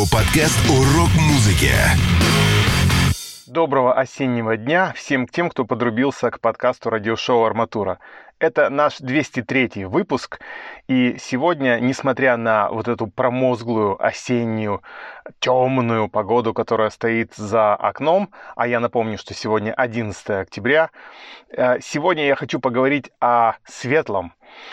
Аудиоподкаст «Урок музыки». Доброго осеннего дня всем тем, кто подрубился к подкасту радиошоу «Арматура». Это наш 203-й выпуск, и сегодня, несмотря на вот эту промозглую осеннюю темную погоду, которая стоит за окном, а я напомню, что сегодня 11 октября, сегодня я хочу поговорить о светлом.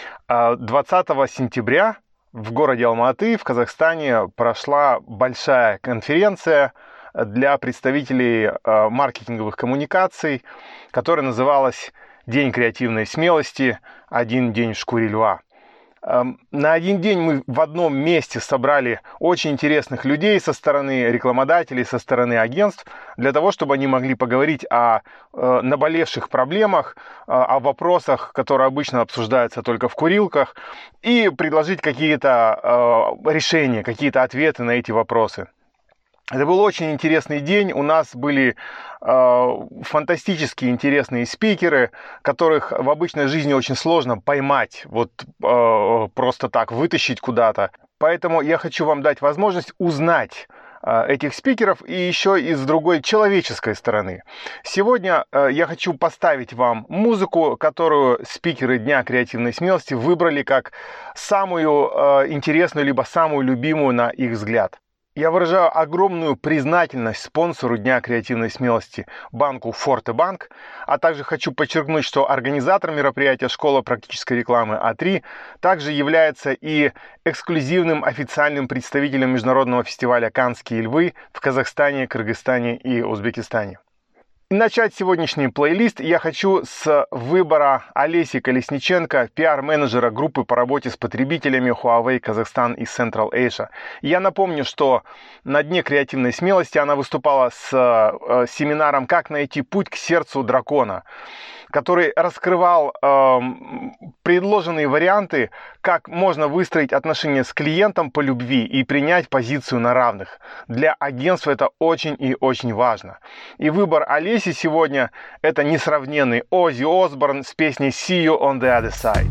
20 сентября в городе Алматы в Казахстане прошла большая конференция для представителей маркетинговых коммуникаций, которая называлась «День креативной смелости. Один день в шкуре льва». На один день мы в одном месте собрали очень интересных людей со стороны рекламодателей, со стороны агентств, для того, чтобы они могли поговорить о наболевших проблемах, о вопросах, которые обычно обсуждаются только в курилках, и предложить какие-то решения, какие-то ответы на эти вопросы. Это был очень интересный день. У нас были фантастически интересные спикеры, которых в обычной жизни очень сложно поймать, вот просто так вытащить куда-то. Поэтому я хочу вам дать возможность узнать этих спикеров и еще и с другой человеческой стороны. Сегодня я хочу поставить вам музыку, которую спикеры Дня креативной смелости выбрали как самую интересную либо самую любимую на их взгляд. Я выражаю огромную признательность спонсору Дня креативной смелости банку Forte Bank, а также хочу подчеркнуть, что организатор мероприятия «Школа практической рекламы А3» также является и эксклюзивным официальным представителем международного фестиваля «Каннские львы» в Казахстане, Кыргызстане и Узбекистане. И начать сегодняшний плейлист я хочу с выбора Олеси Колесниченко, пиар-менеджера группы по работе с потребителями Huawei Казахстан и Central Asia. Я напомню, что на Дне креативной смелости она выступала с семинаром «Как найти путь к сердцу дракона», который раскрывал предложенные варианты, как можно выстроить отношения с клиентом по любви и принять позицию на равных. Для агентства это очень и очень важно. И выбор Олеси сегодня – это несравненный Оззи Осборн с песней «See You on the Other Side».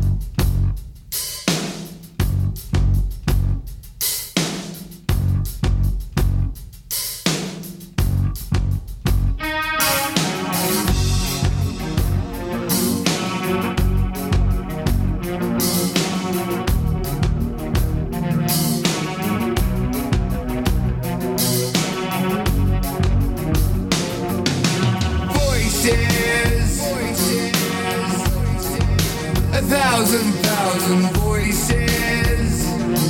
Thousand voices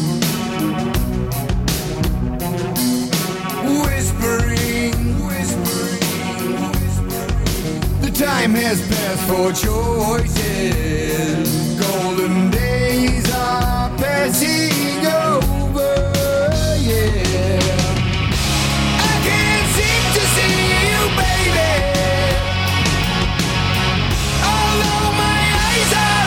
whispering. The time has passed for choices. Golden days are passing over. Yeah, I can't seem to see you, baby. Although my eyes are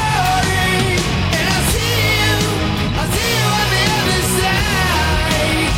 glory, and I see you on the other side.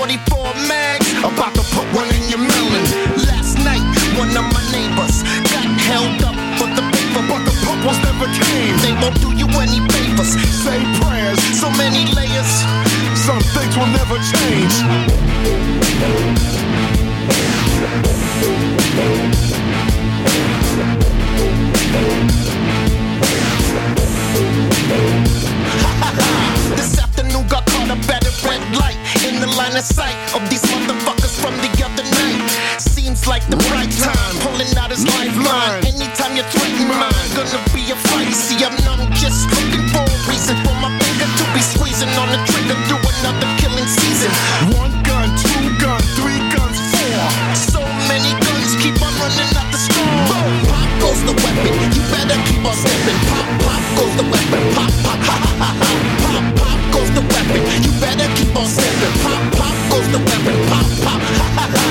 44 mags, about to put one in your melon. Last night, one of my neighbors got held up for the paper, but the purples never came. They won't do you any favors. Say prayers, so many layers. Some things will never change. This afternoon got caught up at a red light in the line of sight of these motherfuckers from the other night. Seems like the right time, pulling out his lifeline. Anytime you threaten mine, gonna be a fight. See, I'm not just looking for a reason for my finger to be squeezing on the trigger through another killing season. 1 gun, 2 guns, 3 guns, 4. So many guns keep on running out the store. Pop goes the weapon, you better keep on stepping. Pop, pop goes the weapon. Pop, pop, ha ha ha ha. Pop, pop goes the weapon, you better keep on stepping. Pop, pop goes the weapon. Pop, pop, ha ha ha.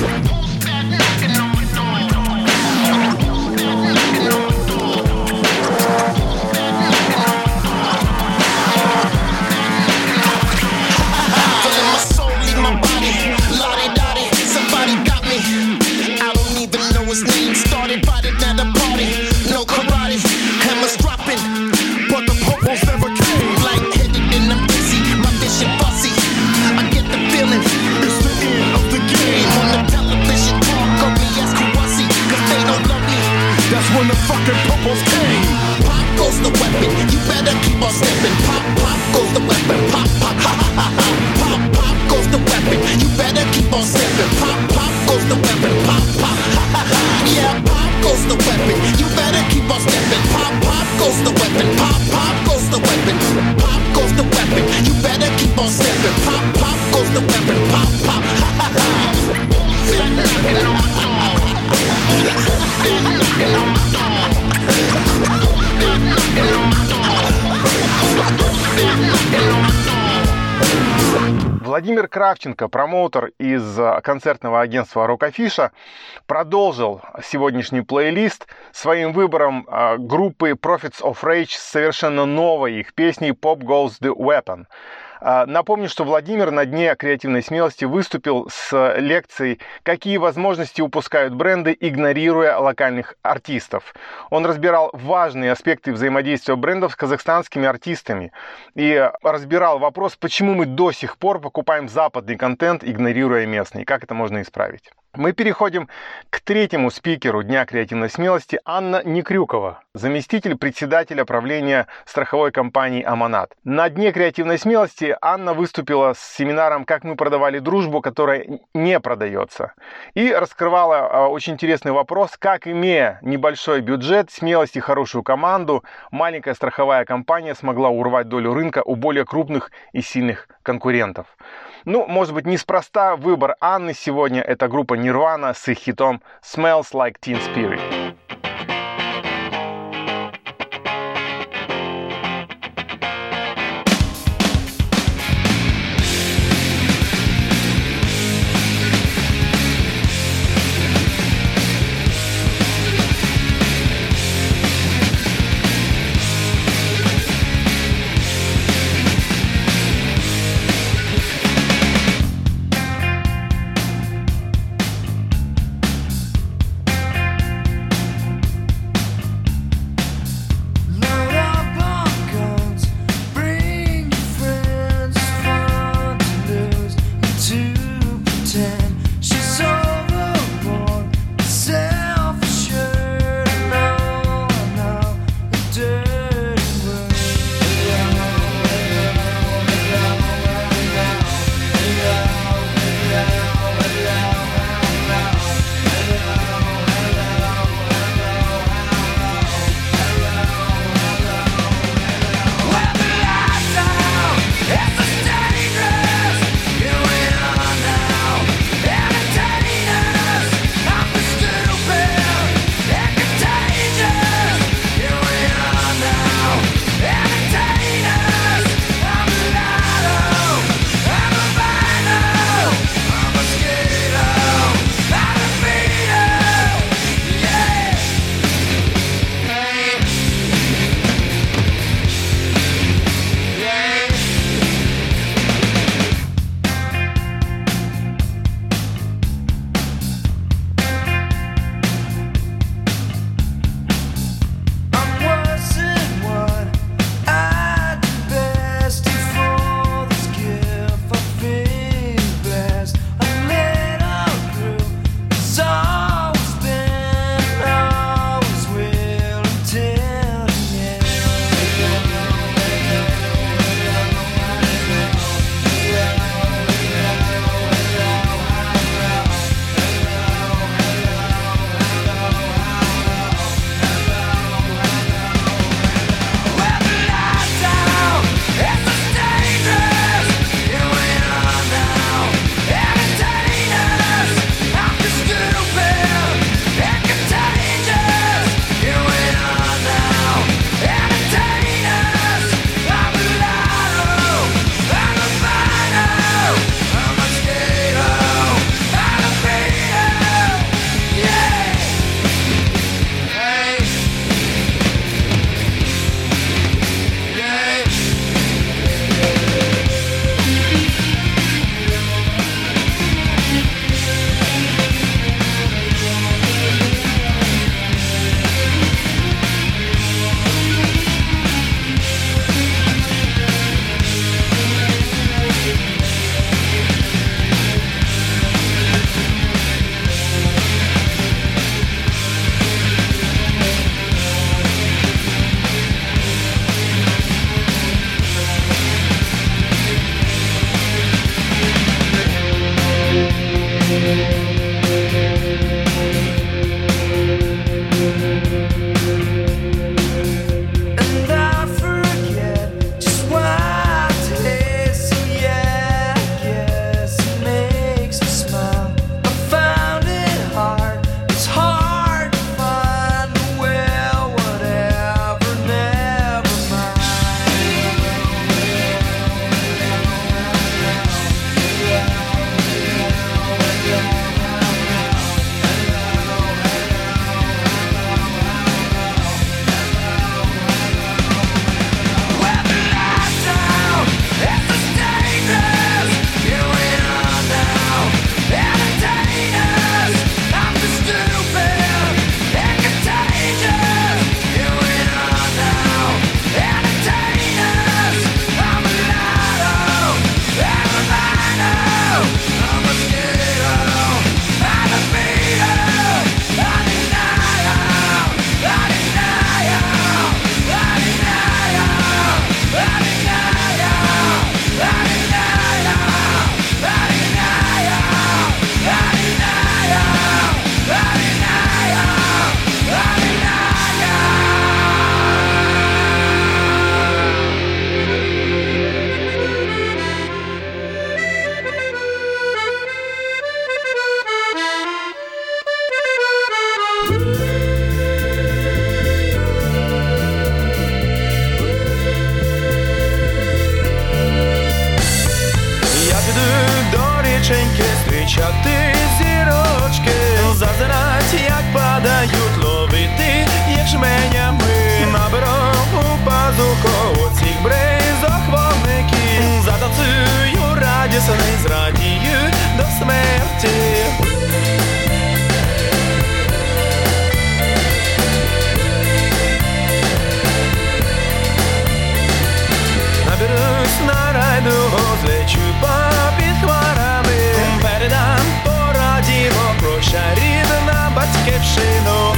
When the fucking purples came. Pop goes the weapon, you better keep on stepping. Pop, pop goes the weapon. Pop, pop, ha ha ha ha. Pop, pop goes the weapon, you better keep on stepping. Pop, pop goes the weapon. Pop, pop, ha ha ha. Yeah, pop goes the weapon, you better keep on stepping. Pop, pop goes the weapon. Pop, pop goes the weapon. Pop goes the weapon, you better keep on stepping. Pop, pop goes the weapon. Pop, pop, ha ha ha. Knocking on my door. Knocking on my door. Владимир Кравченко, промоутер из концертного агентства Rock-Afisha, продолжил сегодняшний плейлист своим выбором группы Prophets of Rage с совершенно новой их песней Pop Goes the Weapon. Напомню, что Владимир на Дне креативной смелости выступил с лекцией «Какие возможности упускают бренды, игнорируя локальных артистов». Он разбирал важные аспекты взаимодействия брендов с казахстанскими артистами и разбирал вопрос, почему мы до сих пор покупаем западный контент, игнорируя местный, как это можно исправить. Мы переходим к третьему спикеру Дня креативной смелости, Анна Некрюкова, заместитель председателя правления страховой компании «Аманат». На Дне креативной смелости Анна выступила с семинаром «Как мы продавали дружбу, которая не продается». И раскрывала очень интересный вопрос, как, имея небольшой бюджет, смелость и хорошую команду, маленькая страховая компания смогла урвать долю рынка у более крупных и сильных конкурентов. Ну, может быть, неспроста выбор Анны сегодня — это группа Nirvana с их хитом «Smells Like Teen Spirit». Зустрічати зірочки, зазирать, як падають, ловити їх жменями. Наберу у пазуху оцих бризок вогників, затанцюю радісний, зрадію до смерті. Наберусь на райдугу, злечу попід хмарами, передам по радіо, прощай, рідна батьківщину.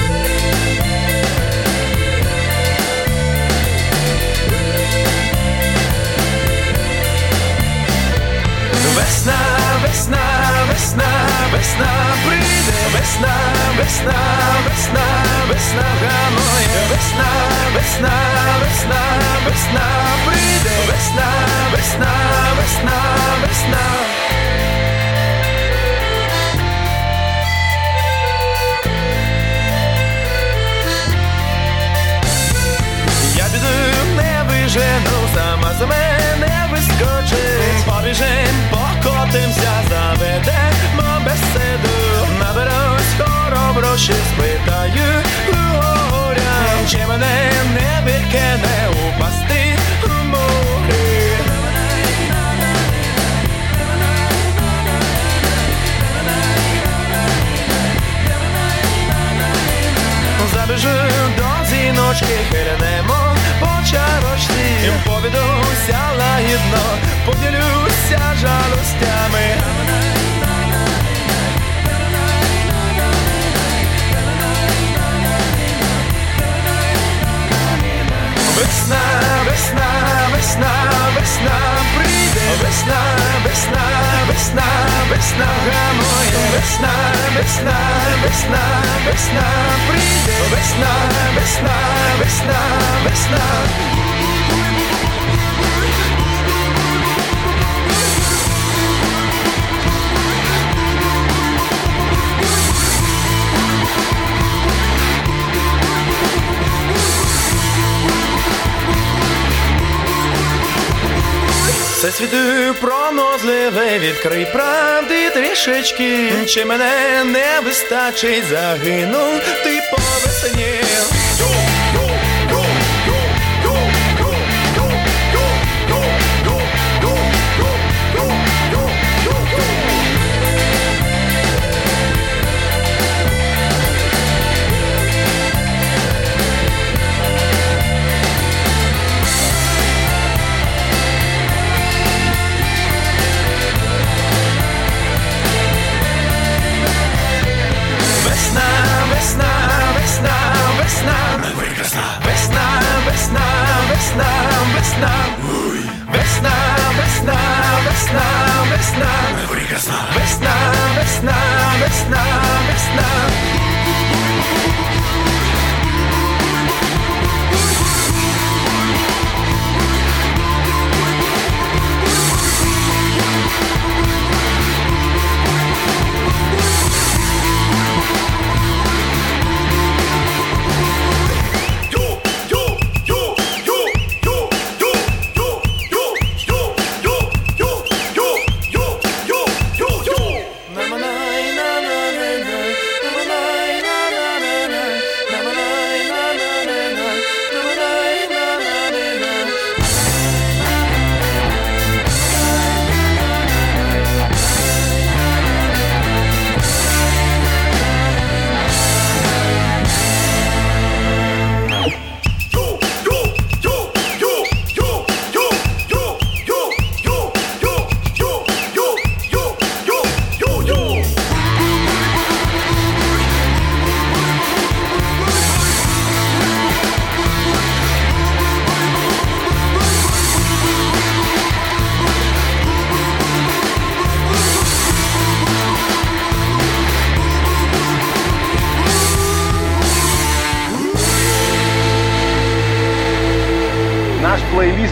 Весна, весна, весна, весна прийде, весна, весна, весна, весна гамує, весна, весна, весна, весна прийде, весна, весна, весна, весна. Я піду, не вижену, сама з мене вискочить, побіжим, покотимся, заведемо беседу. Наберусь хороброші, спитаю у горя, чи мене не викине упасти у морі. Забіжу до зіночки, хилянемо по чарочці, повідуся лагідно, поділюся жалостями. Весна, весна, весна, весна прийде, весна, весна, весна, весна гамує, весна, весна, весна, весна прийде, весна, весна, весна, весна. Все світу пронозливе, відкрий правди трішечки, чи мене не вистачить, загинув ти по весні. Весна, весна, весна, весна, весна, весна,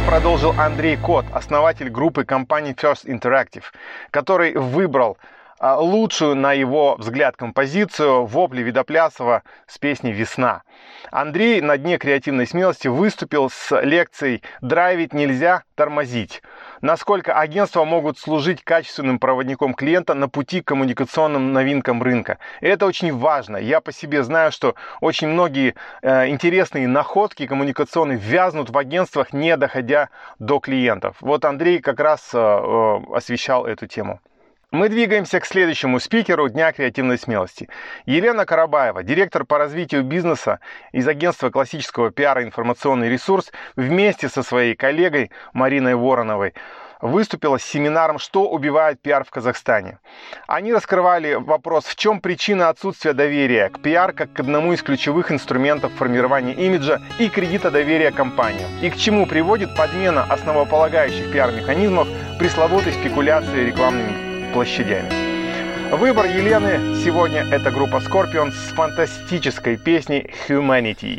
продолжил Андрей Кот, основатель группы компании First Interactive, который выбрал лучшую, на его взгляд, композицию «Вопли Видоплясова» с песней «Весна». Андрей на дне креативной смелости выступил с лекцией «Драйвить нельзя, тормозить». Насколько агентства могут служить качественным проводником клиента на пути к коммуникационным новинкам рынка. И это очень важно. Я по себе знаю, что очень многие интересные находки коммуникационные вязнут в агентствах, не доходя до клиентов. Вот Андрей как раз освещал эту тему. Мы двигаемся к следующему спикеру Дня креативной смелости. Елена Карабаева, директор по развитию бизнеса из агентства классического пиара «Информационный ресурс», вместе со своей коллегой Мариной Вороновой выступила с семинаром «Что убивает пиар в Казахстане?». Они раскрывали вопрос, в чем причина отсутствия доверия к пиар как к одному из ключевых инструментов формирования имиджа и кредита доверия компаниям, и к чему приводит подмена основополагающих пиар-механизмов пресловутой спекуляции рекламными площадями. Выбор Елены сегодня — это группа Scorpions с фантастической песней Humanity.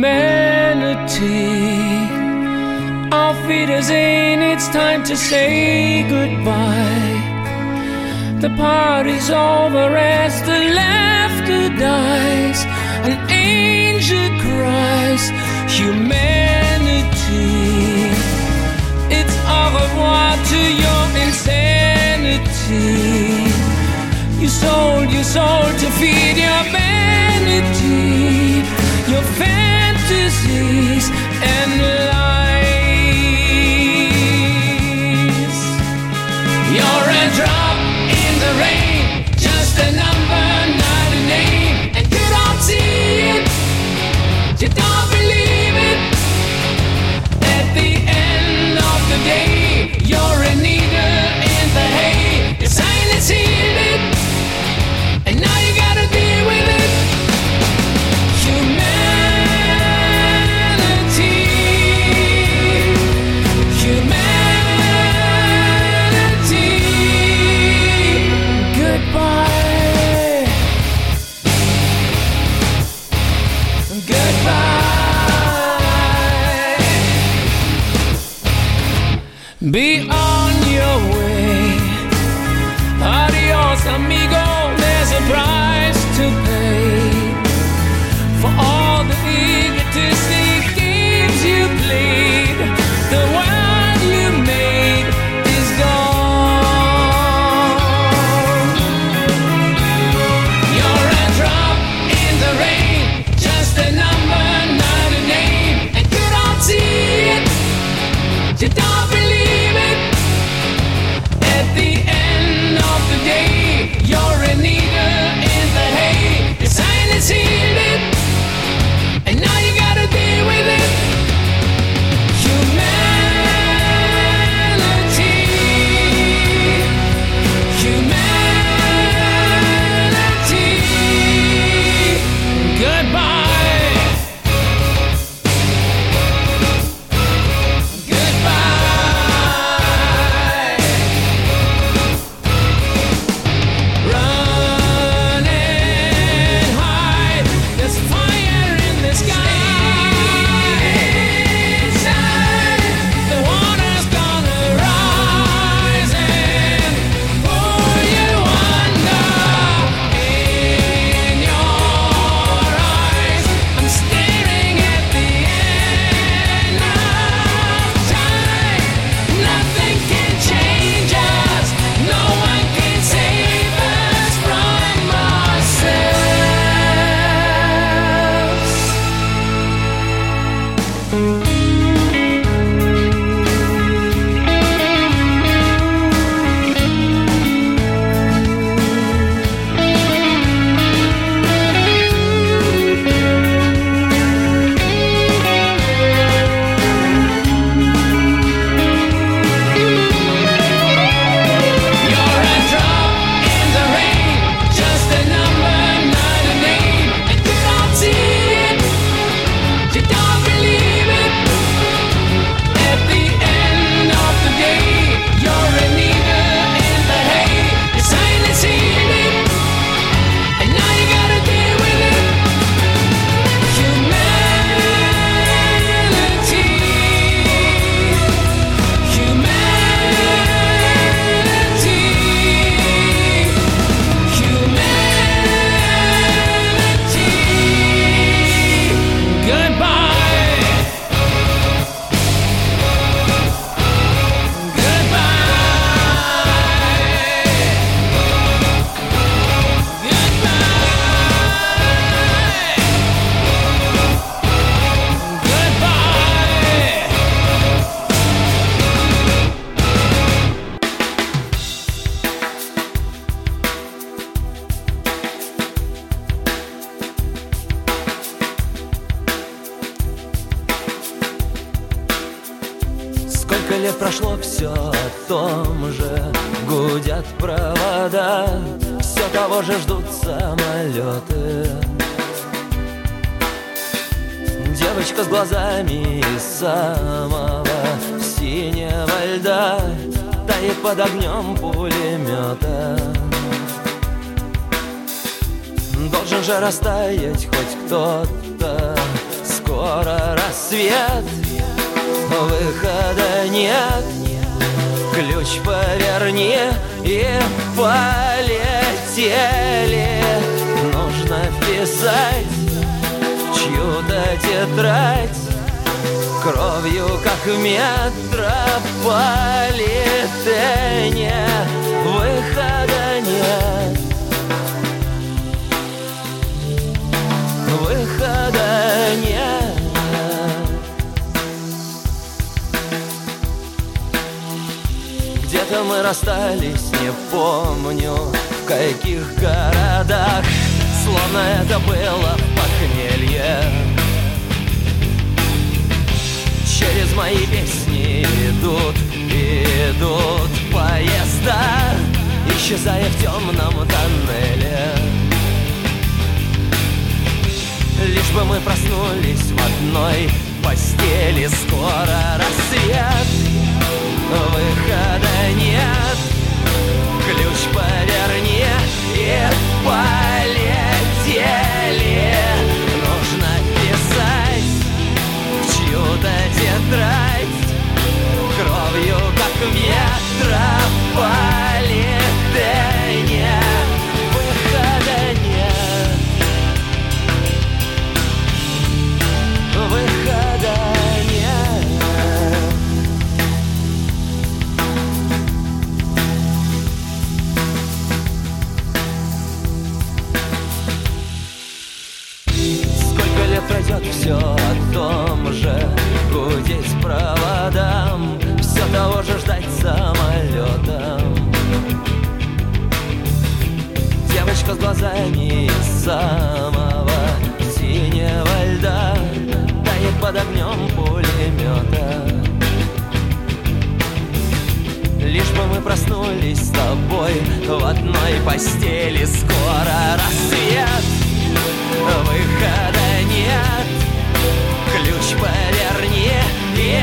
Our feet is in, it's time to say goodbye. The party's over as the laughter dies. An angel cries, humanity. It's au revoir to your insanity. You sold your soul to feed your vanity, your fantasies and lies. You're a drop in the rain, just a number, not a name. And you don't see it, you don't believe it. At the end of the day, you're a needle in the hay. Your silence healed it, and now you gotta deal with it. Humanity. прошло все о том же. Гудят провода, все того же ждут самолеты. Девочка с глазами из самого синего льда тает под огнем пулемета. Должен же растаять хоть кто-то. Скоро рассвет, выхода нет. Ключ поверни и полетели. Нужно вписать в чью-то тетрадь кровью, как в метрополитене. Выхода нет. Выхода нет. Где-то мы расстались, не помню в каких городах. Словно это было похмелье. Через мои песни идут поезда, исчезая в темном тоннеле. Лишь бы мы проснулись в одной постели. Скоро рассвет, выхода нет. Ключ поверни и полетели. Нужно писать в чью-то тетрадь кровью, как в метрополитене. Выхода нет. Выхода нет. Сколько лет пройдет, все о том же. Гудеть проводам, все того же ждать самолетом. Девочка с глазами из самого синего льда тает под огнем пулемета. Лишь бы мы проснулись с тобой в одной постели. Скоро рассвет, выхода нет. Ключ поверни и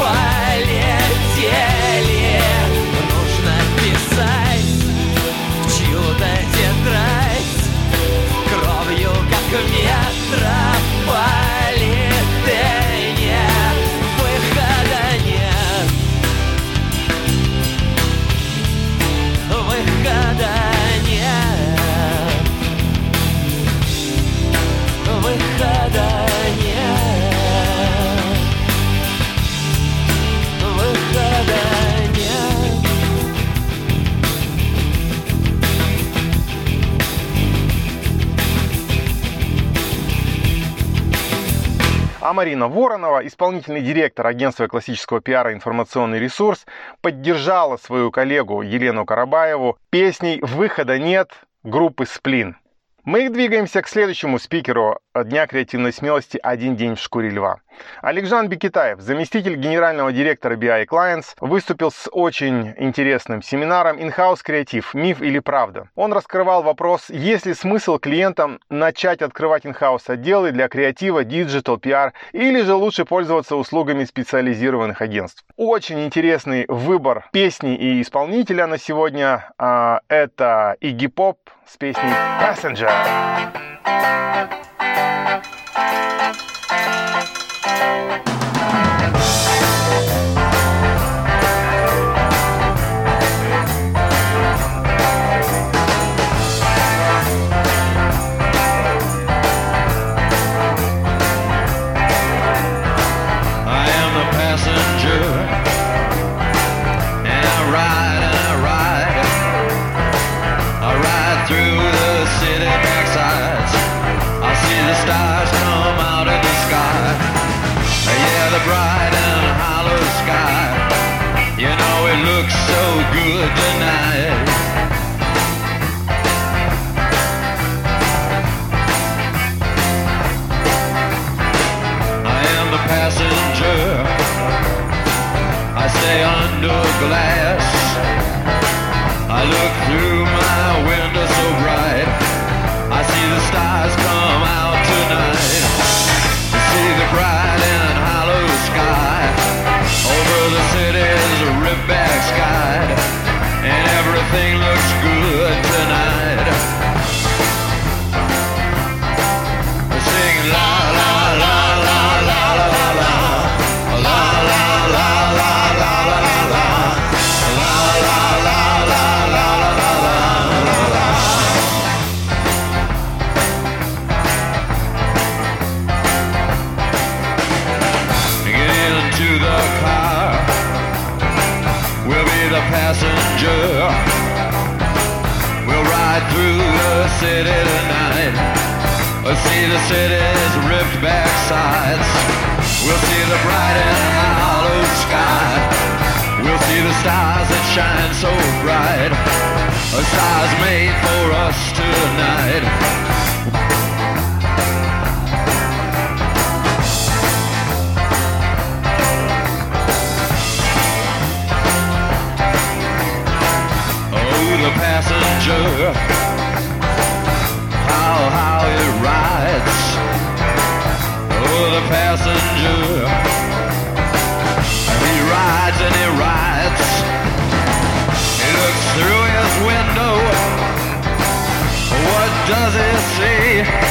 полетели. Нужно писать в чью-то тетрадь кровью, как в метрополитене. Выхода нет. Выхода нет. Выхода нет. Выхода нет. А Марина Воронова, исполнительный директор агентства классического пиара «Информационный ресурс», поддержала свою коллегу Елену Карабаеву песней «Выхода нет» группы «Сплин». Мы двигаемся к следующему спикеру Дня креативной смелости «Один день в шкуре льва». Аликжан Бекетаев, заместитель генерального директора BI Clients, выступил с очень интересным семинаром «In-house креатив. Миф или правда?». Он раскрывал вопрос, есть ли смысл клиентам начать открывать in-house отделы для креатива, диджитал, пиар, или же лучше пользоваться услугами специализированных агентств. Очень интересный выбор песни и исполнителя на сегодня. Это Iggy Pop с песней «Passenger». I ride through the city backsides. I through my window so bright. I see the stars come out tonight. I see the bright and hollow sky over the city's ripped-back sky, and everything looks good tonight. We're singing la la la la la la la la la la la la la la la la la la la. Get into the car, we'll be the passenger. We'll ride through the city tonight. We'll see the city's ripped back sides. We'll see the bright and hollow sky. We'll see the stars that shine so bright. A stars made for us tonight. The passenger, how it rides. Oh, the passenger, he rides and he rides. He looks through his window. What does he see?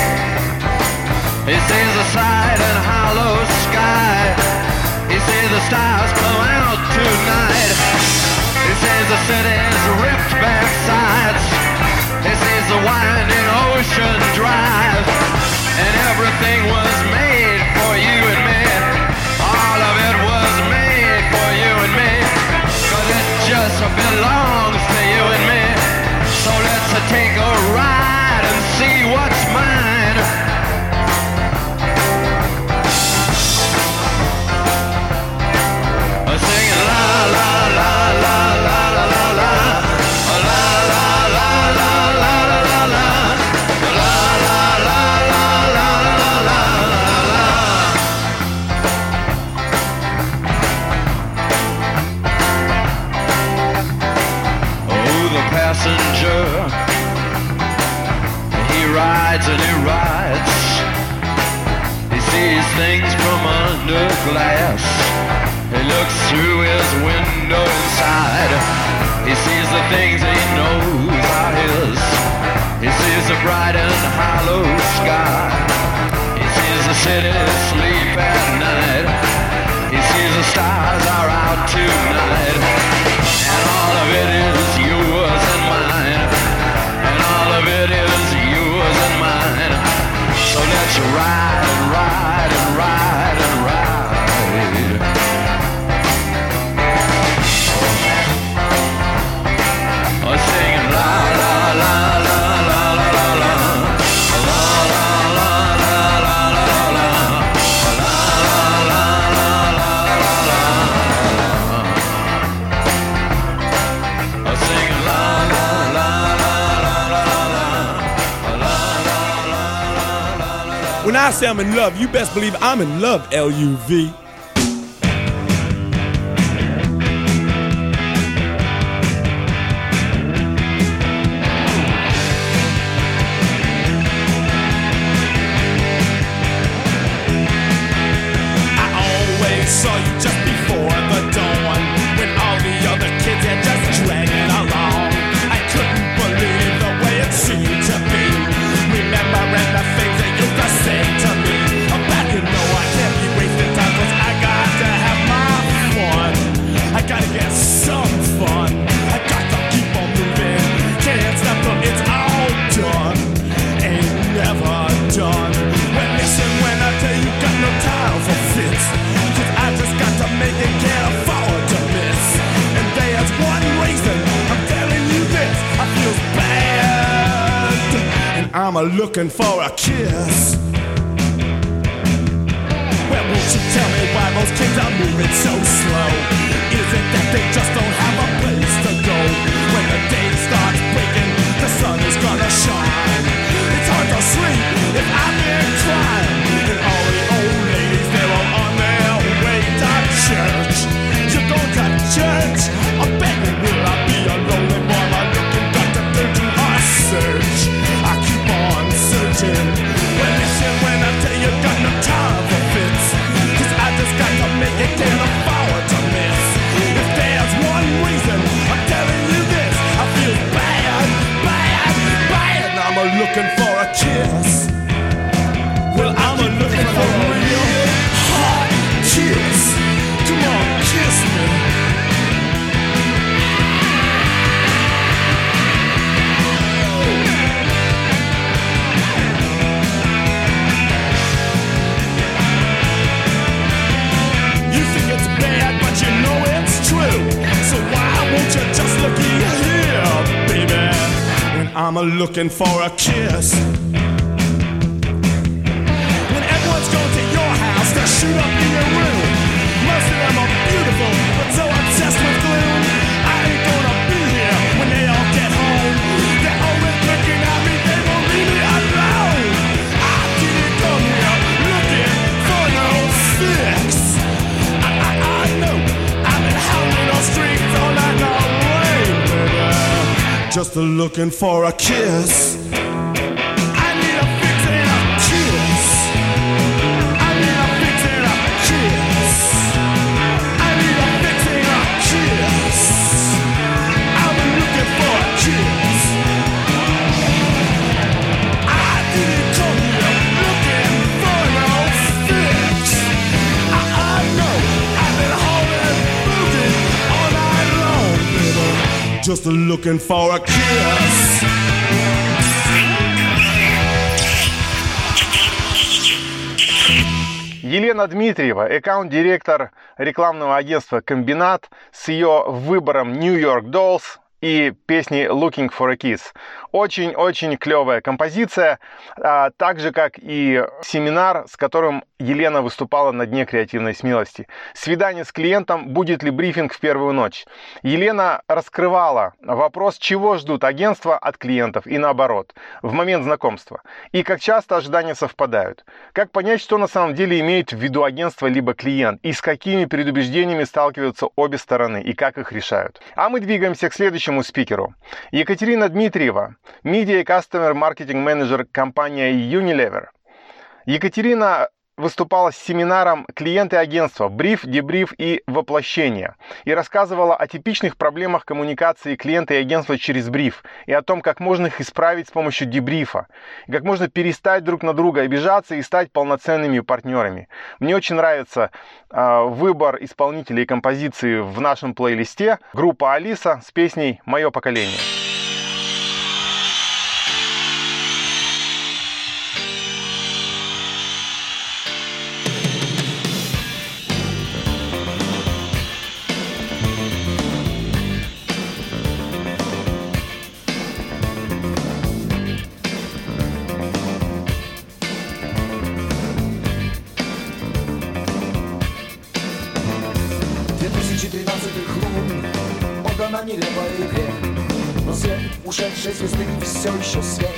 He sees the side and hollow sky. He sees the stars come out tonight. He sees the city's ripped back sides. He sees the winding ocean drive. And everything was made for you and me. All of it was made for you and me. 'Cause it just belongs to you and me. So let's take a ride and see what's mine. Singing la la la la la la la la la la la la la la la Oh, the passenger, he rides and he rides. He sees things from under glass. He looks through his window inside. He sees the things he knows are his. He sees the bright and hollow sky. He sees the city sleep at night. He sees the stars are out tonight. And all of it is yours and mine. And all of it is yours and mine. So let's ride and ride and ride and ride. Singing la la la la la la la la la la la la la la la singing la la la la la la la la. When I say I'm in love, you best believe I'm in love, L-U-V. Saw you just before the dawn, when all the other kids had just dragging along. I couldn't believe the way it seemed to be, remembering the things they used to say to me about, you know, I can't be wasting time, 'cause I got to have my fun. I gotta get some fun. I got to keep on moving. Can't stop till it's all done. Ain't never done. Well, listen when I tell you, got no time for fits. I just got to make it, can't afford to miss. And there's one reason I'm telling you this. I feel bad, and I'm looking for a kiss. Well, won't you tell me why those kids are moving so slow? Is it that they just don't have a place to go? When the day starts breaking, the sun is gonna shine. It's hard to sleep if I've been crying. And all the old ladies, they're all on their way to church. You go to church, I bet you will I be a lonely boy. I'm looking got to looking for a kiss. Well, I'm a looking for a real hot kiss. Come on, kiss me. You think it's bad, but you know it's true. So why won't you just look here, baby? When I'm a looking for a kiss. When everyone's going to your house to shoot up in your room. Most of them are beautiful, but so obsessed with gloom. I ain't gonna be here when they all get home. They're always looking at me, they won't leave me alone. I didn't come here looking for no fix. I know I've been hounding those streets all night long, baby. Just looking for a kiss. I need a fix and a kiss. I need a fix and a kiss. I need a fix and a kiss. I've been looking for a kiss. I didn't come here looking for no fix. I know I've been holding booty all night long, baby. Just looking for a kiss. Елена Дмитриева, аккаунт-директор рекламного агентства «Комбинат», с ее выбором New York Dolls и песней Looking for a Kiss. Очень-очень клевая композиция, так же, как и семинар, с которым Елена выступала на Дне креативной смелости. Свидание с клиентом, будет ли брифинг в первую ночь. Елена раскрывала вопрос, чего ждут агентства от клиентов и наоборот, в момент знакомства. И как часто ожидания совпадают. Как понять, что на самом деле имеет в виду агентство либо клиент, и с какими предубеждениями сталкиваются обе стороны, и как их решают. А мы двигаемся к следующему спикеру. Екатерина Дмитриева, Media и Customer Marketing Manager компании Unilever. Екатерина выступала с семинаром «Клиенты агентства. Бриф, дебриф и воплощение» и рассказывала о типичных проблемах коммуникации клиента и агентства через бриф и о том, как можно их исправить с помощью дебрифа, и как можно перестать друг на друга обижаться и стать полноценными партнерами. Мне очень нравится выбор исполнителей и композиции в нашем плейлисте. Группа Алиса с песней «Мое поколение». На нелепой игре, но свет ушедшей звезды все еще свет.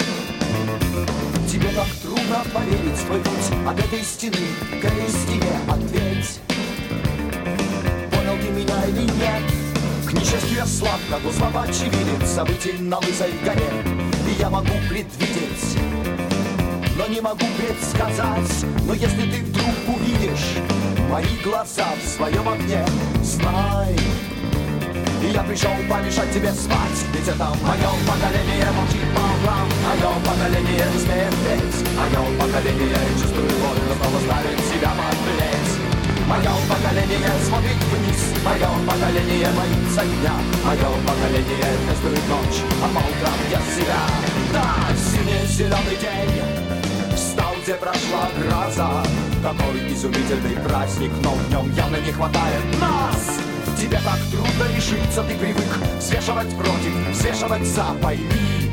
Тебе так трудно поверить в твой путь от этой стены к этой стене. Ответь, понял ты меня или нет? К несчастью я слаб, как узлов очевидец событий на лысой горе. И я могу предвидеть, но не могу предсказать. Но если ты вдруг увидишь мои глаза в своем огне, знай, и я пришел помешать тебе спать. Ведь это мое поколение молчит по углам, мое поколение не смеет петь, мое поколение чувствует боль, но снова ставит себя подлеть. Мое поколение смотрит вниз, мое поколение боится дня, мое поколение тестует ночь, а по утрам я себя. Да, синий зеленый день встал, где прошла гроза. Какой изумительный праздник, но в нем явно не хватает нас. Тебе так трудно решиться, ты привык взвешивать против, взвешивать за, пойми.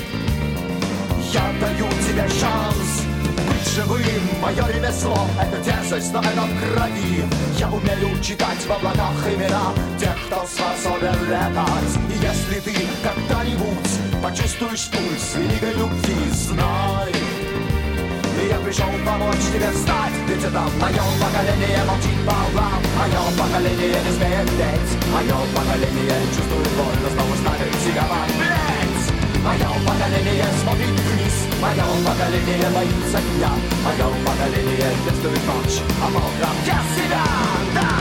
Я даю тебе шанс быть живым, мое ремесло — это дерзость, но это в крови. Я умею читать в облаках имена тех, кто способен летать. И если ты когда-нибудь почувствуешь пульс великой любви, знай, я пришел помочь тебе встать. Ведь это мое поколение молчит по углам, мое поколение не смеет петь, мое поколение чувствует боль, но снова ставит себя подлеть. Мое поколение смотрит вниз, мое поколение боится дня, мое поколение тестует ночь, а по утрам я себя, да!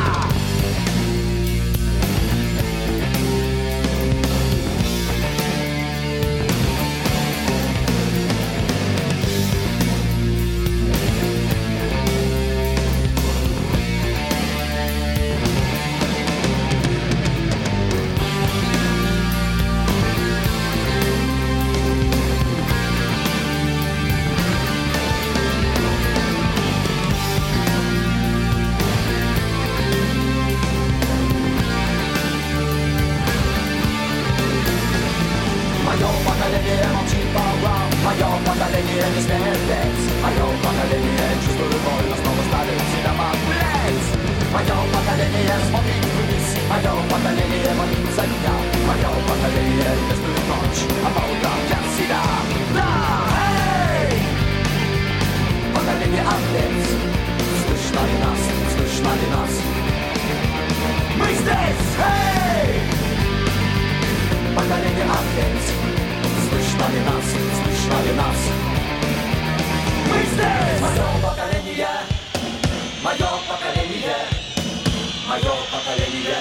поколение молчит по углам. Мое поколение не смеет петь. Мое поколение чувствует боль, но снова ставит себя под плеть. Мое поколение смотрит вниз. Мое поколение молится меня. Мое поколение не спит ночь, а по утрам я себя. Да, эй! Поколение овец. Слышно ли нас? Слышно ли нас? Мы здесь, эй! Поколение овец. Слышно ли нас? Слышно ли нас? Мы здесь! Мое поколение. Мое поколение. Мое поколение.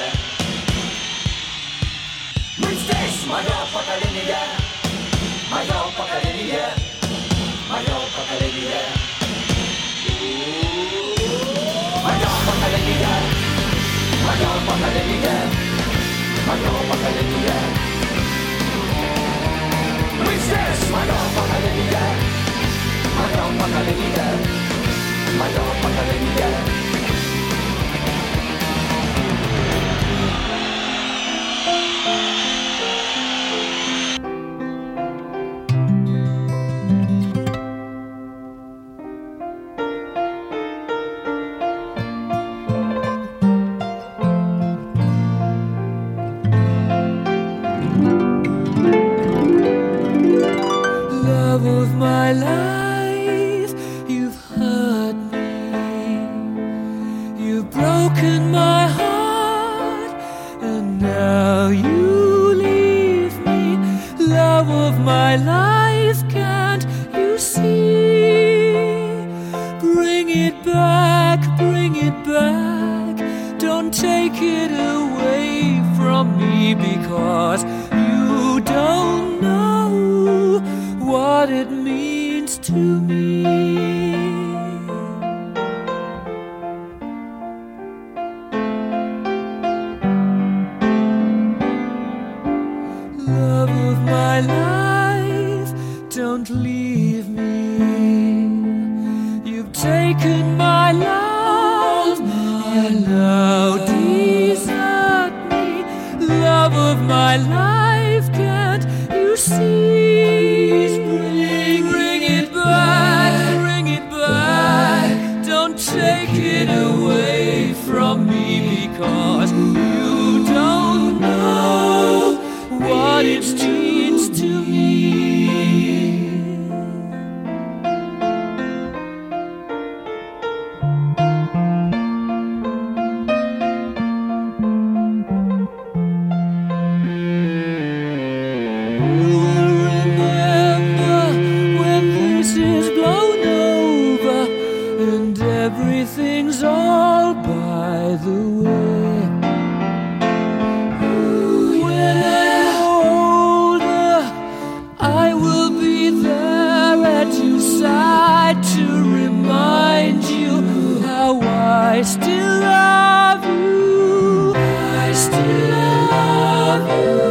Мы здесь, мое поколение. Мое поколение. Мое поколение. Мое поколение. Мое поколение. Мое поколение. Мы здесь, мое поколение. Мое поколение. Мое поколение. Love of my life, you've hurt me. You've broken my heart, and now you leave me. Love of my life, can't you see? Bring it back, bring it back. Don't take it away from me, because you don't know what it means to me. Love of my life, don't leave me. You've taken my love, and now desert me. Love of my life, can't you see? Bring it back, bring it back. Don't take it away from me, because you don't know what it means to me. Everything's all by the way. When I'm older, I will be there at your side to remind you how I still love you. I still love you.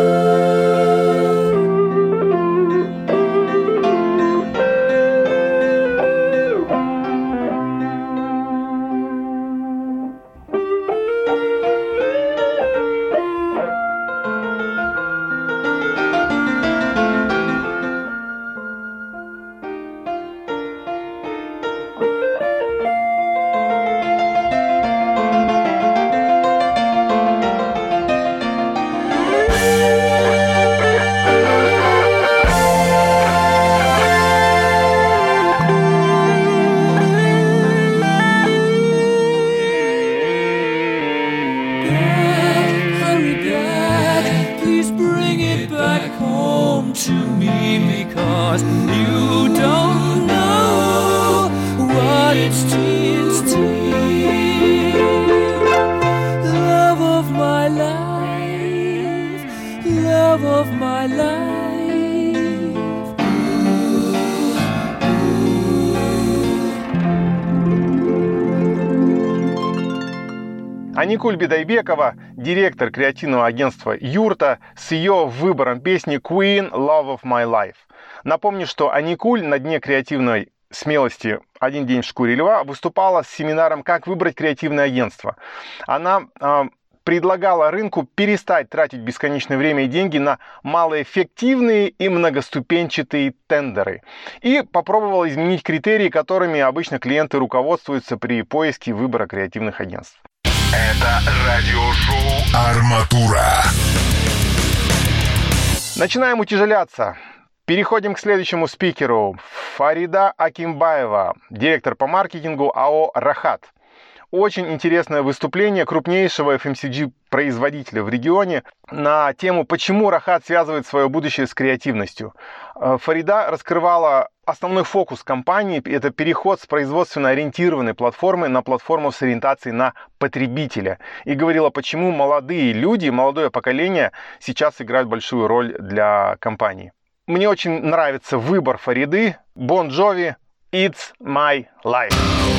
Аникуль Бидайбекова, директор креативного агентства «Юрта», с ее выбором песни Queen Love of My Life. Напомню, что Аникуль на дне креативной смелости «Один день в шкуре льва» выступала с семинаром «Как выбрать креативное агентство». Она предлагала рынку перестать тратить бесконечное время и деньги на малоэффективные и многоступенчатые тендеры. И попробовала изменить критерии, которыми обычно клиенты руководствуются при поиске выбора креативных агентств. Это радиошоу «Арматура». Начинаем утяжеляться. Переходим к следующему спикеру. Фарида Акимбаева, директор по маркетингу АО «Рахат». Очень интересное выступление крупнейшего FMCG-производителя в регионе на тему, почему Рахат связывает свое будущее с креативностью. Фарида раскрывала основной фокус компании – это переход с производственно ориентированной платформы на платформу с ориентацией на потребителя. И говорила, почему молодые люди, молодое поколение сейчас играют большую роль для компании. Мне очень нравится выбор Фариды. Bon Jovi, It's My Life.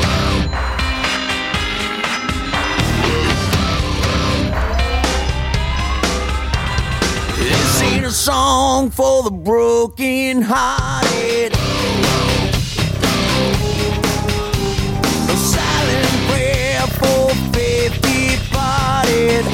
This ain't a song for the broken-hearted, a silent prayer for faith departed.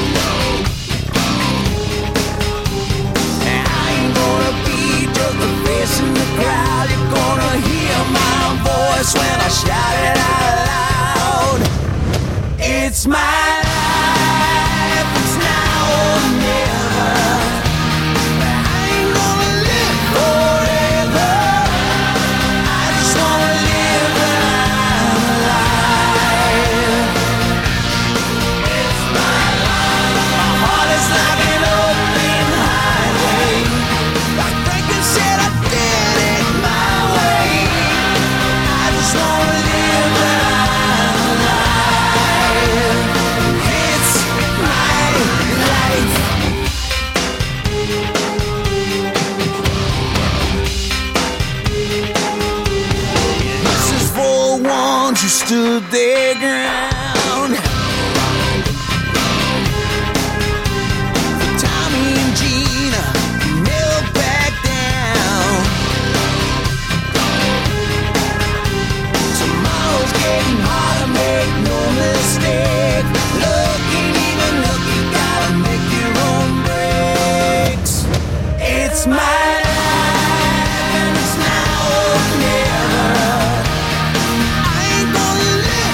I ain't gonna be just a face in the crowd. You're gonna hear my voice when I shout it out loud. It's my life, it's now or never. You stood their ground. For Tommy and Gina, never back down. Tomorrow's getting harder, make no mistake. Looking, even looking, gotta make your own breaks. It's my life, and it's now or never. I ain't gonna live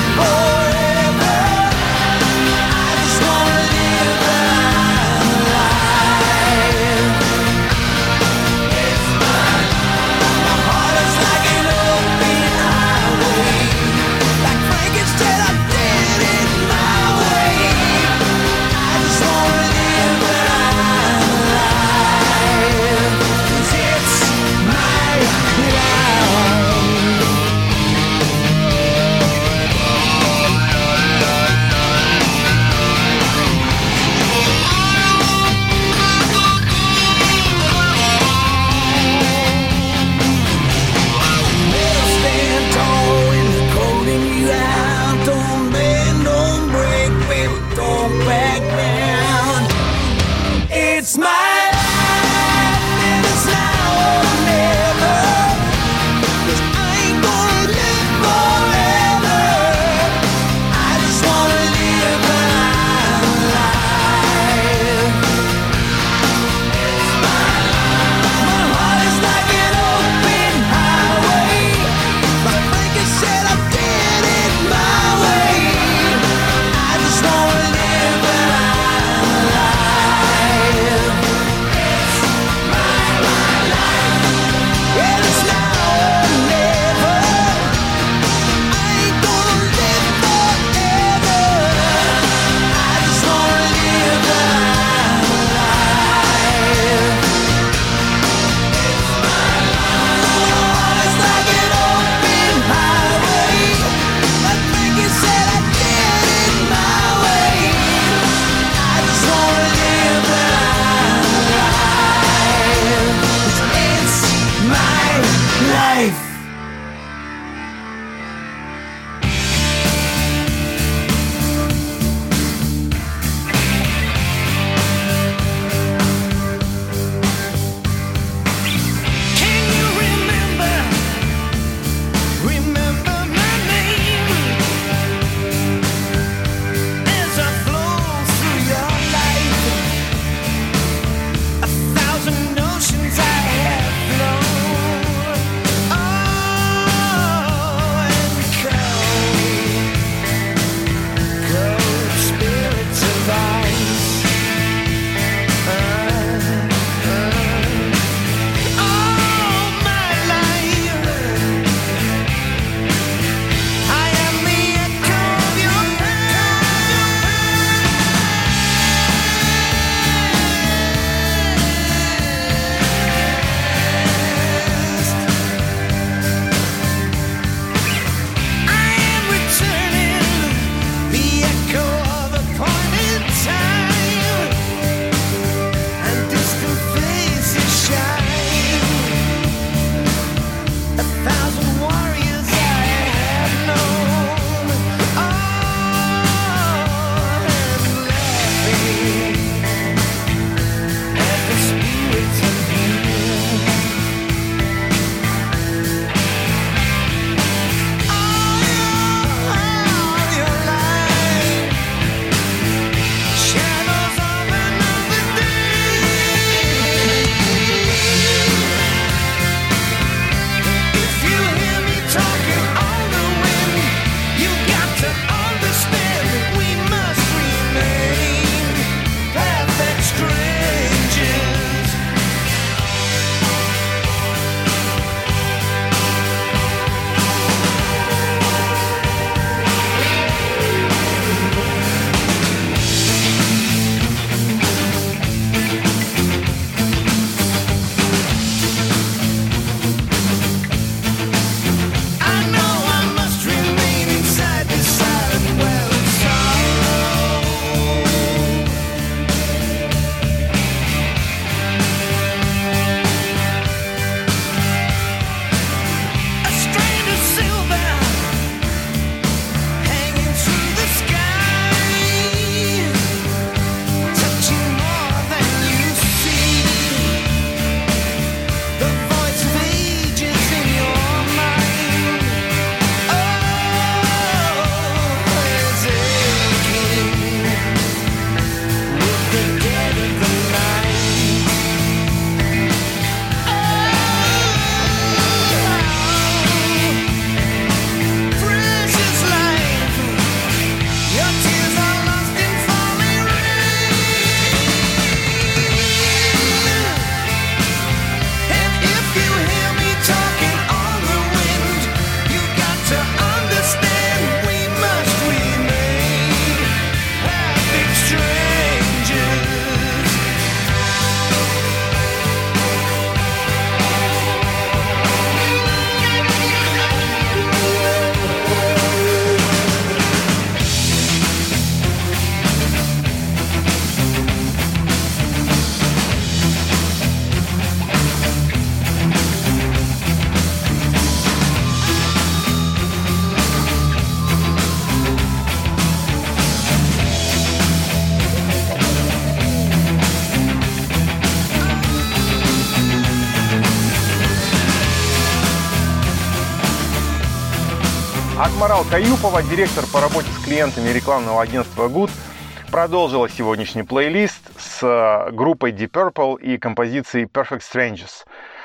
Акмарал Каюпова, директор по работе с клиентами рекламного агентства Good, продолжила сегодняшний плейлист с группой Deep Purple и композицией Perfect Strangers.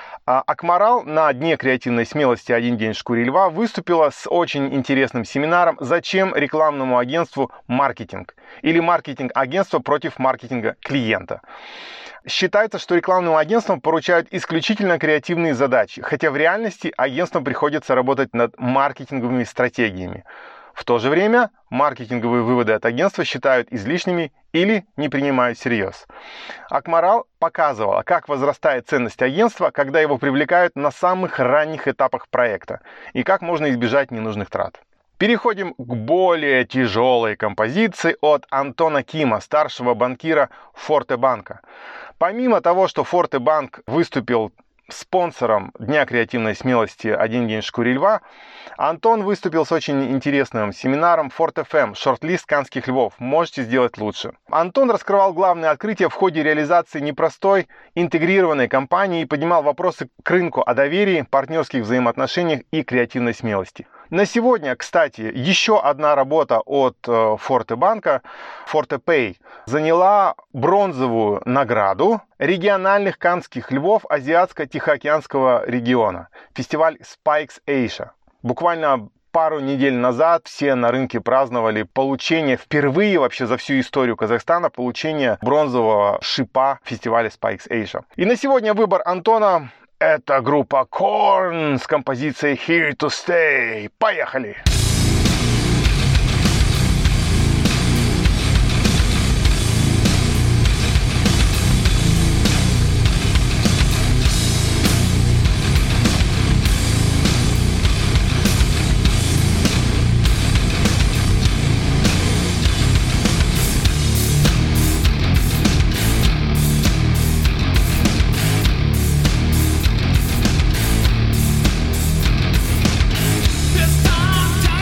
Акмарал на Дне креативной смелости «Один день в шкуре льва» выступила с очень интересным семинаром «Зачем рекламному агентству маркетинг?» или «Маркетинг-агентство против маркетинга клиента». Считается, что рекламным агентствам поручают исключительно креативные задачи, хотя в реальности агентствам приходится работать над маркетинговыми стратегиями. В то же время маркетинговые выводы от агентства считают излишними или не принимают всерьез. Акмарал показывала, как возрастает ценность агентства, когда его привлекают на самых ранних этапах проекта, и как можно избежать ненужных трат. Переходим к более тяжелой композиции от Антона Кима, старшего банкира Фортебанка. Помимо того, что Фортебанк выступил спонсором Дня креативной смелости «Один день в шкуре льва», Антон выступил с очень интересным семинаром Форт FM «Шорт-лист каннских львов. Можете сделать лучше». Антон раскрывал главные открытия в ходе реализации непростой интегрированной кампании и поднимал вопросы к рынку о доверии, партнерских взаимоотношениях и креативной смелости. На сегодня, кстати, еще одна работа от Фортебанка, FortePay, заняла бронзовую награду региональных каннских львов Азиатско-Тихоокеанского региона, фестиваль Spikes Asia. Буквально пару недель назад все на рынке праздновали получение, впервые вообще за всю историю Казахстана, получение бронзового шипа фестиваля Spikes Asia. И на сегодня выбор Антона — это группа Korn с композицией Here to Stay. Поехали! This time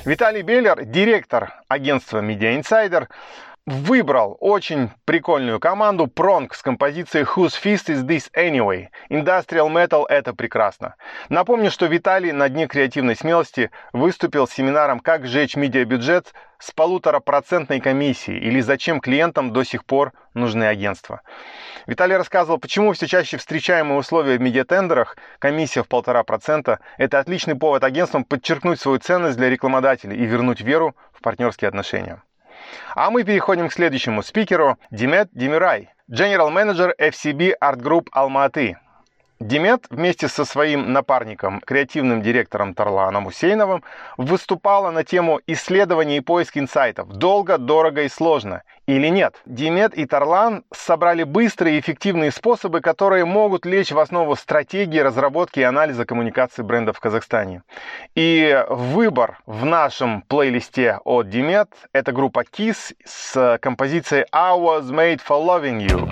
Виталий Беллер, директор агентства Media Insider, выбрал очень прикольную команду Prong с композицией Whose Fist Is This Anyway? Industrial Metal — это прекрасно. Напомню, что Виталий на Дне креативной смелости выступил с семинаром «Как сжечь медиабюджет с 1,5% комиссией» или «Зачем клиентам до сих пор нужны агентства?». Виталий рассказывал, почему все чаще встречаемые условия в медиатендерах, комиссия в 1,5% — это отличный повод агентствам подчеркнуть свою ценность для рекламодателей и вернуть веру в партнерские отношения. А мы переходим к следующему спикеру, Димет Демирай, General Manager FCB Art Group Almaty. Димет вместе со своим напарником, креативным директором Тарланом Усейновым, выступала на тему исследования и поиска инсайтов. Долго, дорого и сложно. Или нет? Димет и Тарлан собрали быстрые и эффективные способы, которые могут лечь в основу стратегии разработки и анализа коммуникации брендов в Казахстане. И выбор в нашем плейлисте от Димет — это группа Kiss с композицией I Was Made for Loving You.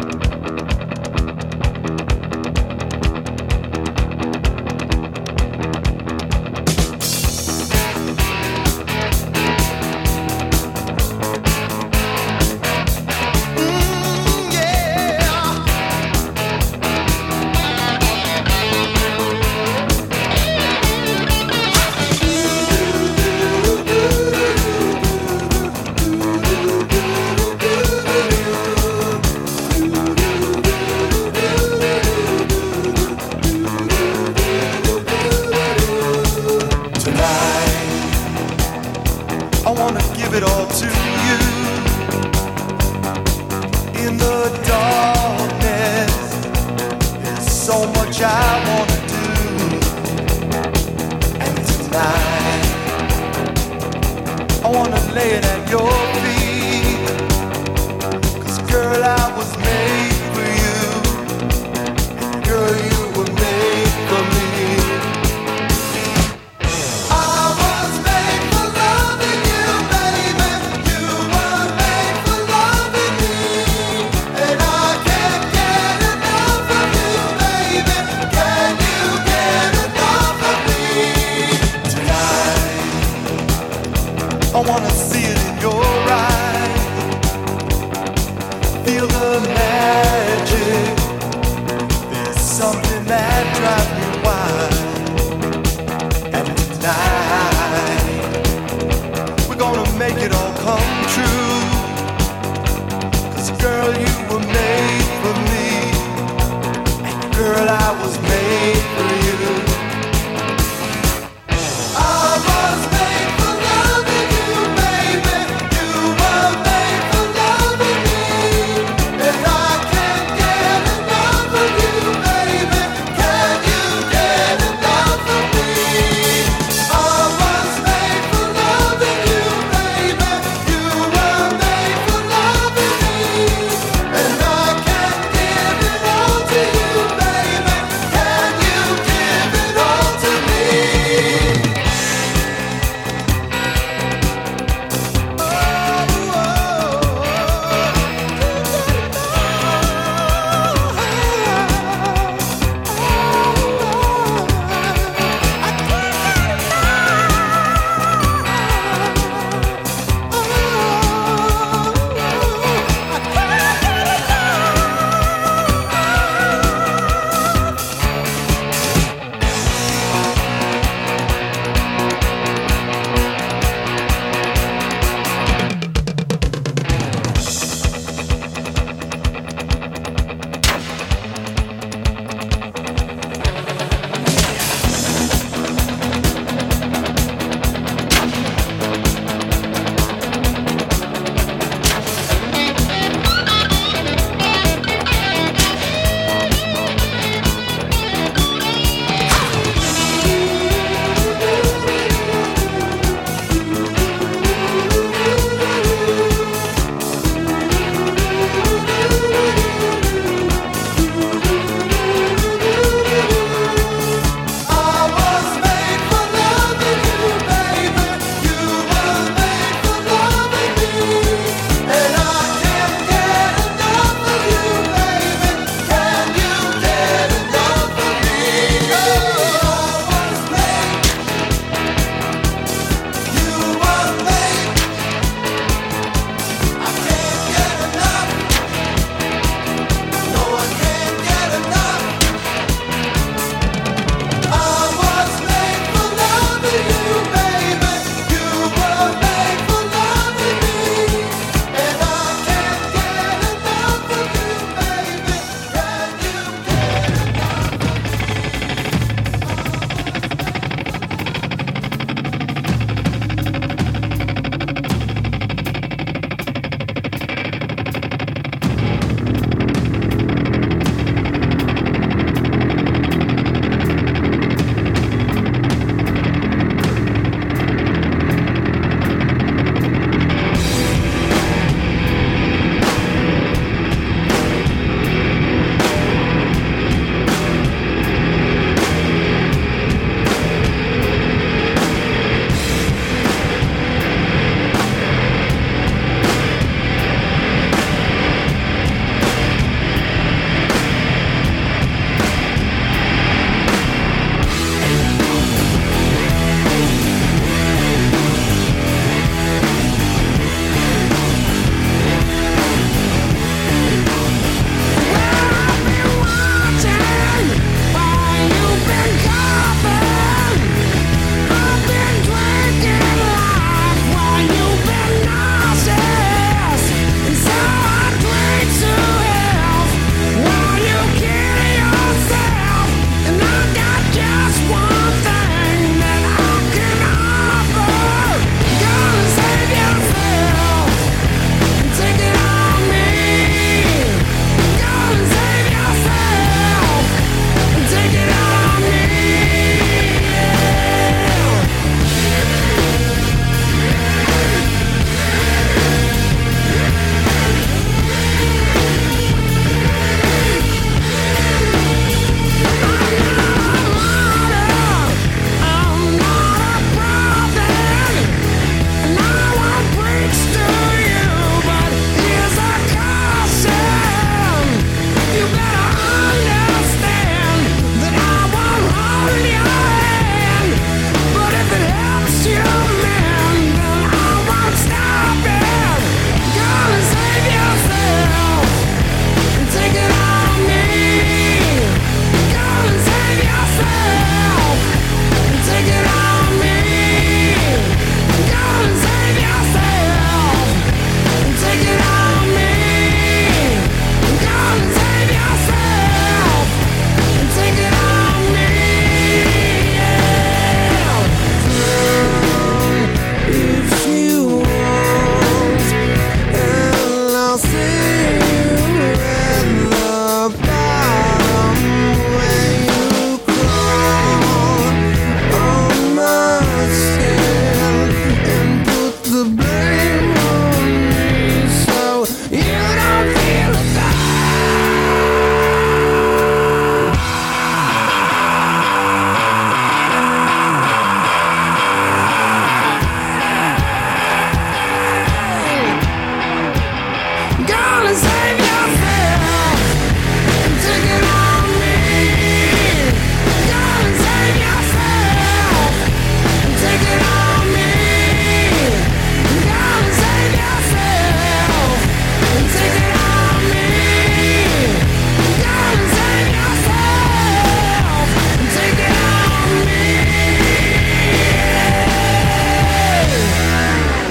And I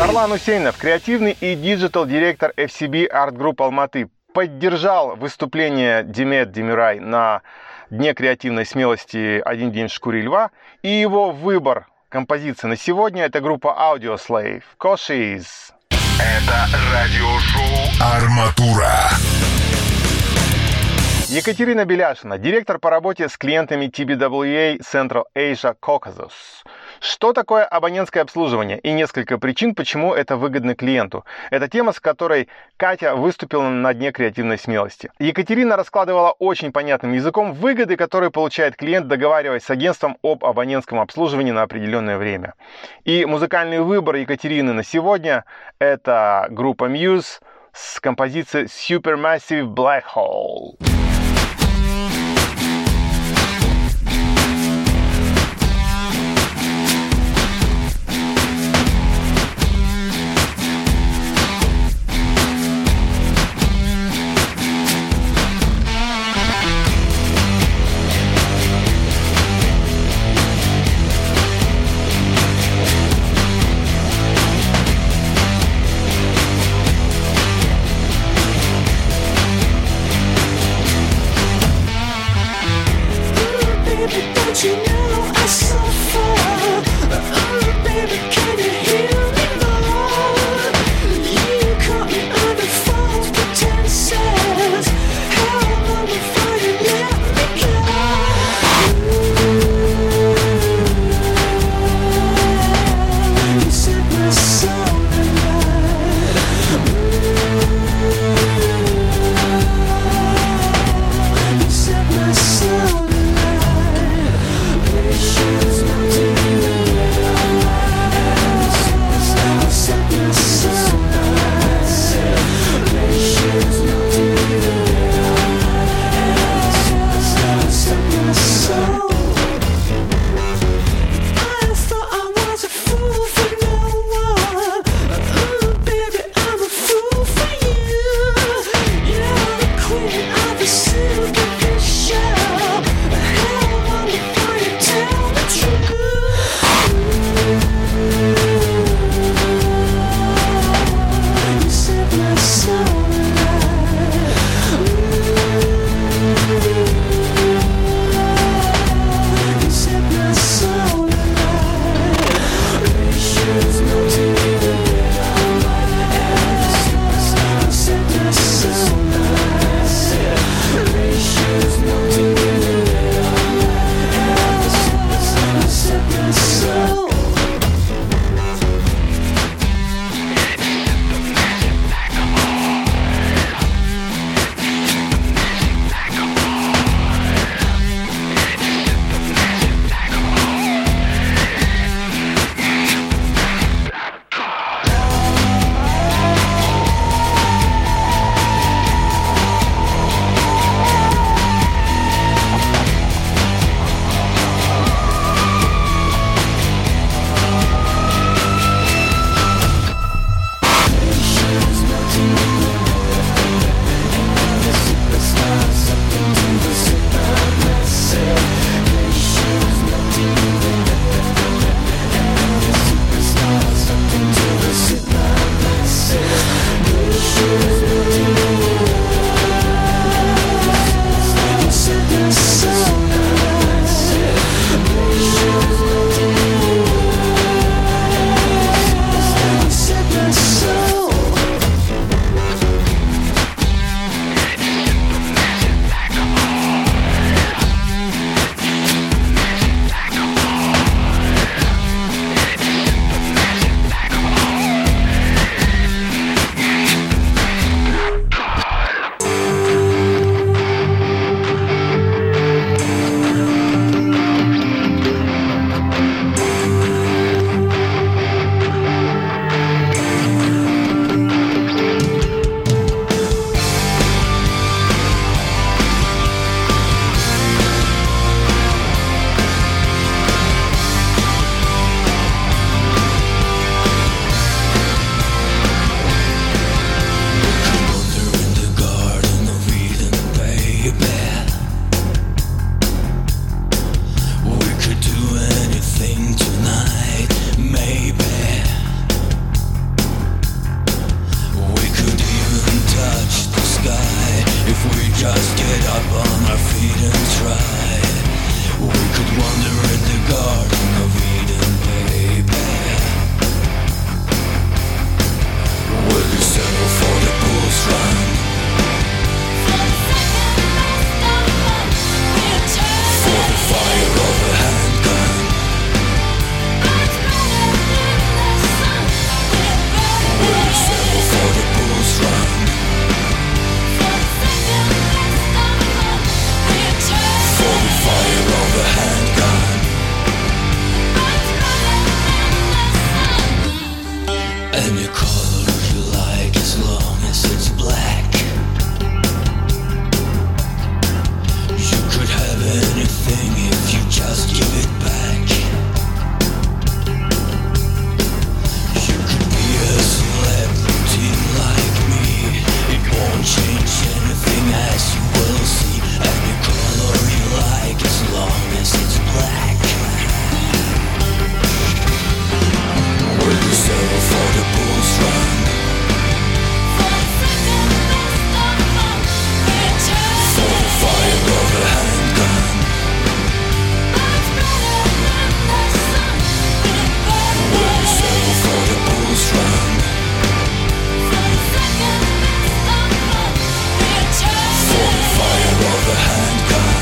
Варлан Усейнов, креативный и диджитал-директор FCB Art Group Алматы, поддержал выступление Димет Демирай на Дне креативной смелости «Один день в шкуре льва», и его выбор композиции на сегодня — это группа Audioslave, Cochise. Это радиошоу «Арматура». Екатерина Беляшина, директор по работе с клиентами TBWA Central Asia Caucasus. Что такое абонентское обслуживание и несколько причин, почему это выгодно клиенту? Это тема, с которой Катя выступила на Дне креативной смелости. Екатерина раскладывала очень понятным языком выгоды, которые получает клиент, договариваясь с агентством об абонентском обслуживании на определенное время. И музыкальный выбор Екатерины на сегодня — это группа Muse с композицией Supermassive Black Hole. Any color you like as long as it's black. You could have anything if you just give it back. You could be a celebrity like me. It won't change anything as you will see. Any color you like as long as it's black. Will you settle for the bull's run? For the fire of a handgun. Will you settle for the bull's run? For the fire of a handgun.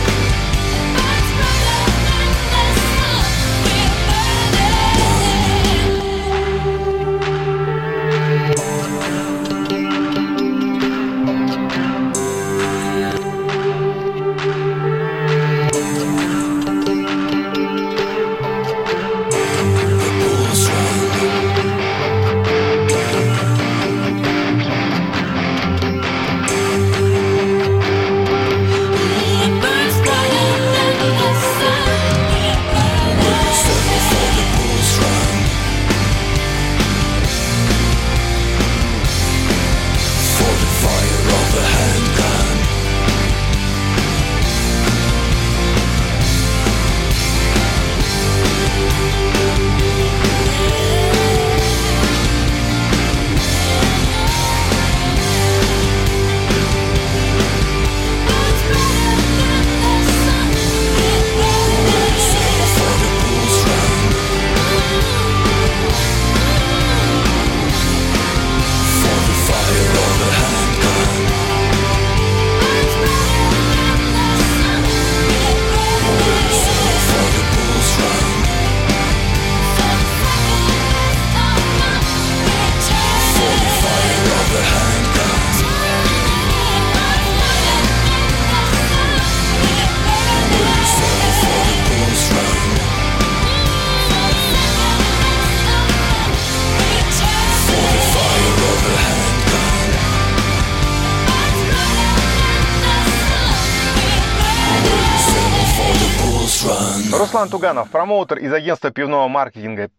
Руслан Туганов, промоутер из агентства пивного маркетинга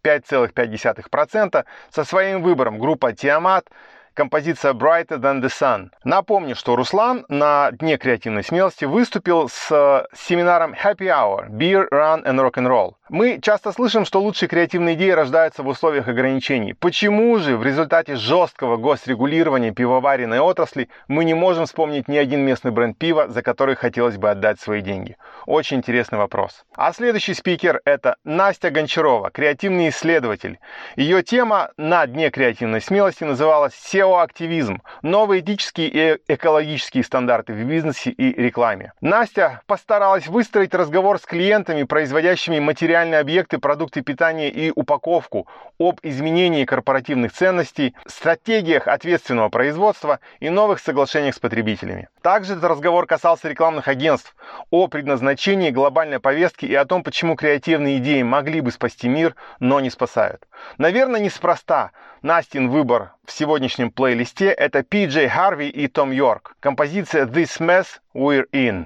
5,5%, со своим выбором группа Tiamat, композиция Brighter Than the Sun. Напомню, что Руслан на Дне креативной смелости выступил с семинаром Happy Hour, Beer, Run and Rock'n'Roll. Мы часто слышим, что лучшие креативные идеи рождаются в условиях ограничений. Почему же в результате жесткого госрегулирования пивоваренной отрасли мы не можем вспомнить ни один местный бренд пива, за который хотелось бы отдать свои деньги? Очень интересный вопрос. А следующий спикер — это Настя Гончарова, креативный исследователь. Ее тема на Дне креативной смелости называлась SEO-активизм. Новые этические и экологические стандарты в бизнесе и рекламе. Настя постаралась выстроить разговор с клиентами, производящими материальные объекты, продукты питания и упаковку, об изменении корпоративных ценностей, стратегиях ответственного производства и новых соглашениях с потребителями. Также этот разговор касался рекламных агентств, о предназначении глобальной повестки и о том, почему креативные идеи могли бы спасти мир, но не спасают. Наверное, неспроста Настин выбор в сегодняшнем плейлисте — это PJ Harvey и Tom York. Композиция This Mess We're In.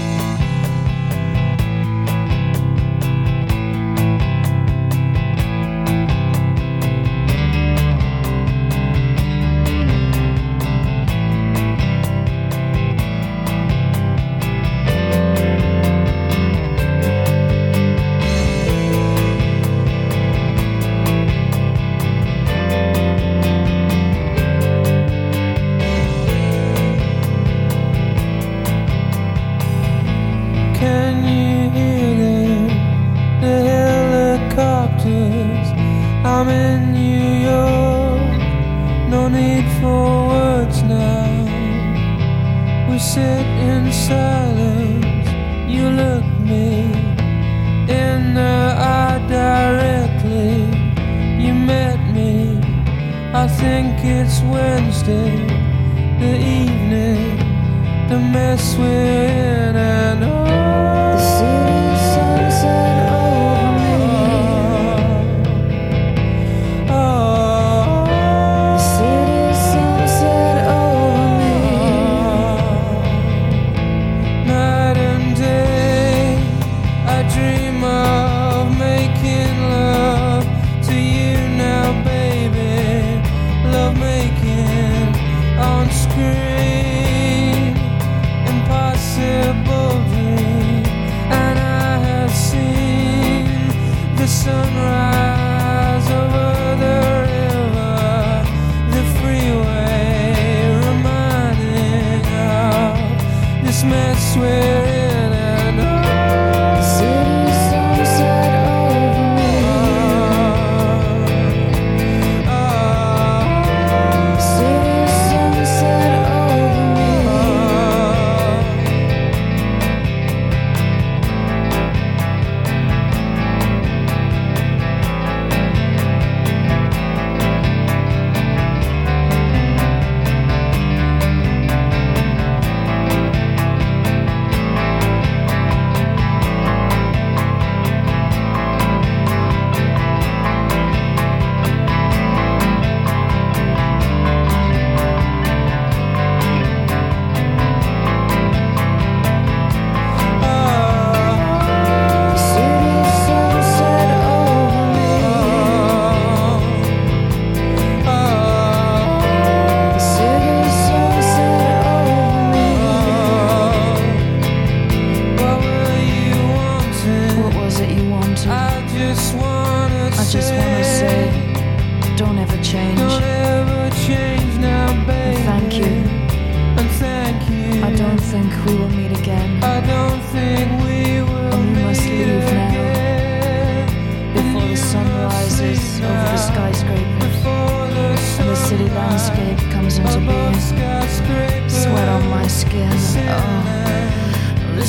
I'm in New York, no need for words now. We sit in silence, you look me in the eye directly. You met me, I think it's Wednesday, the evening, the mess we're in and all. The city sunset over me. Oh.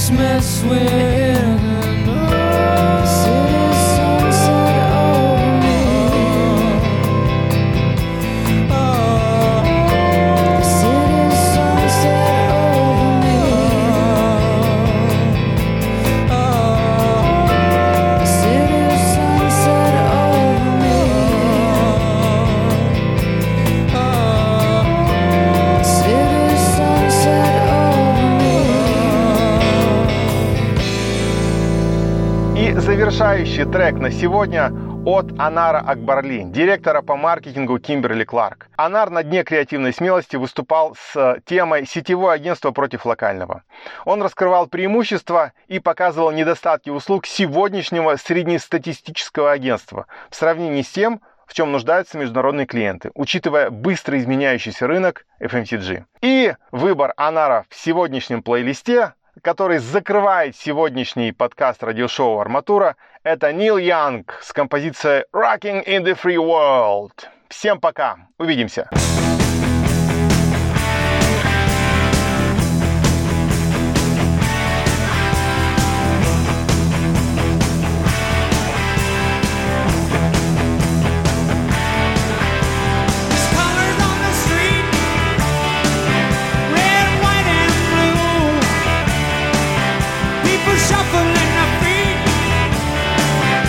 this mess we're in. The city sunset over me. The city sunset over me. The city sunset over me. City sunset over me. И завершающий трек на сегодня от Анара Акбарли, директора по маркетингу Kimberly-Clark. Анар на дне креативной смелости выступал с темой «Сетевое агентство против локального». Он раскрывал преимущества и показывал недостатки услуг сегодняшнего среднестатистического агентства в сравнении с тем, в чем нуждаются международные клиенты, учитывая быстро изменяющийся рынок FMCG. И выбор Анара в сегодняшнем плейлисте, который закрывает сегодняшний подкаст радиошоу «Арматура», это Нил Янг с композицией «Rocking in the Free World». Всем пока, увидимся! There's colors on the street, red, white, and blue. People shuffling their feet,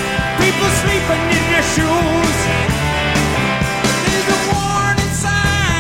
people sleeping in their shoes. There's a warning sign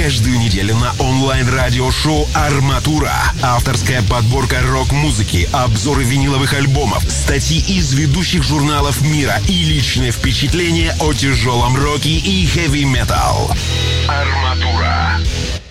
каждую неделю на онлайн-радиошоу «Арматура». Авторская подборка рок-музыки, обзоры виниловых альбомов, статьи из ведущих журналов мира и личные впечатления о тяжелом роке и хэви-метал. «Арматура».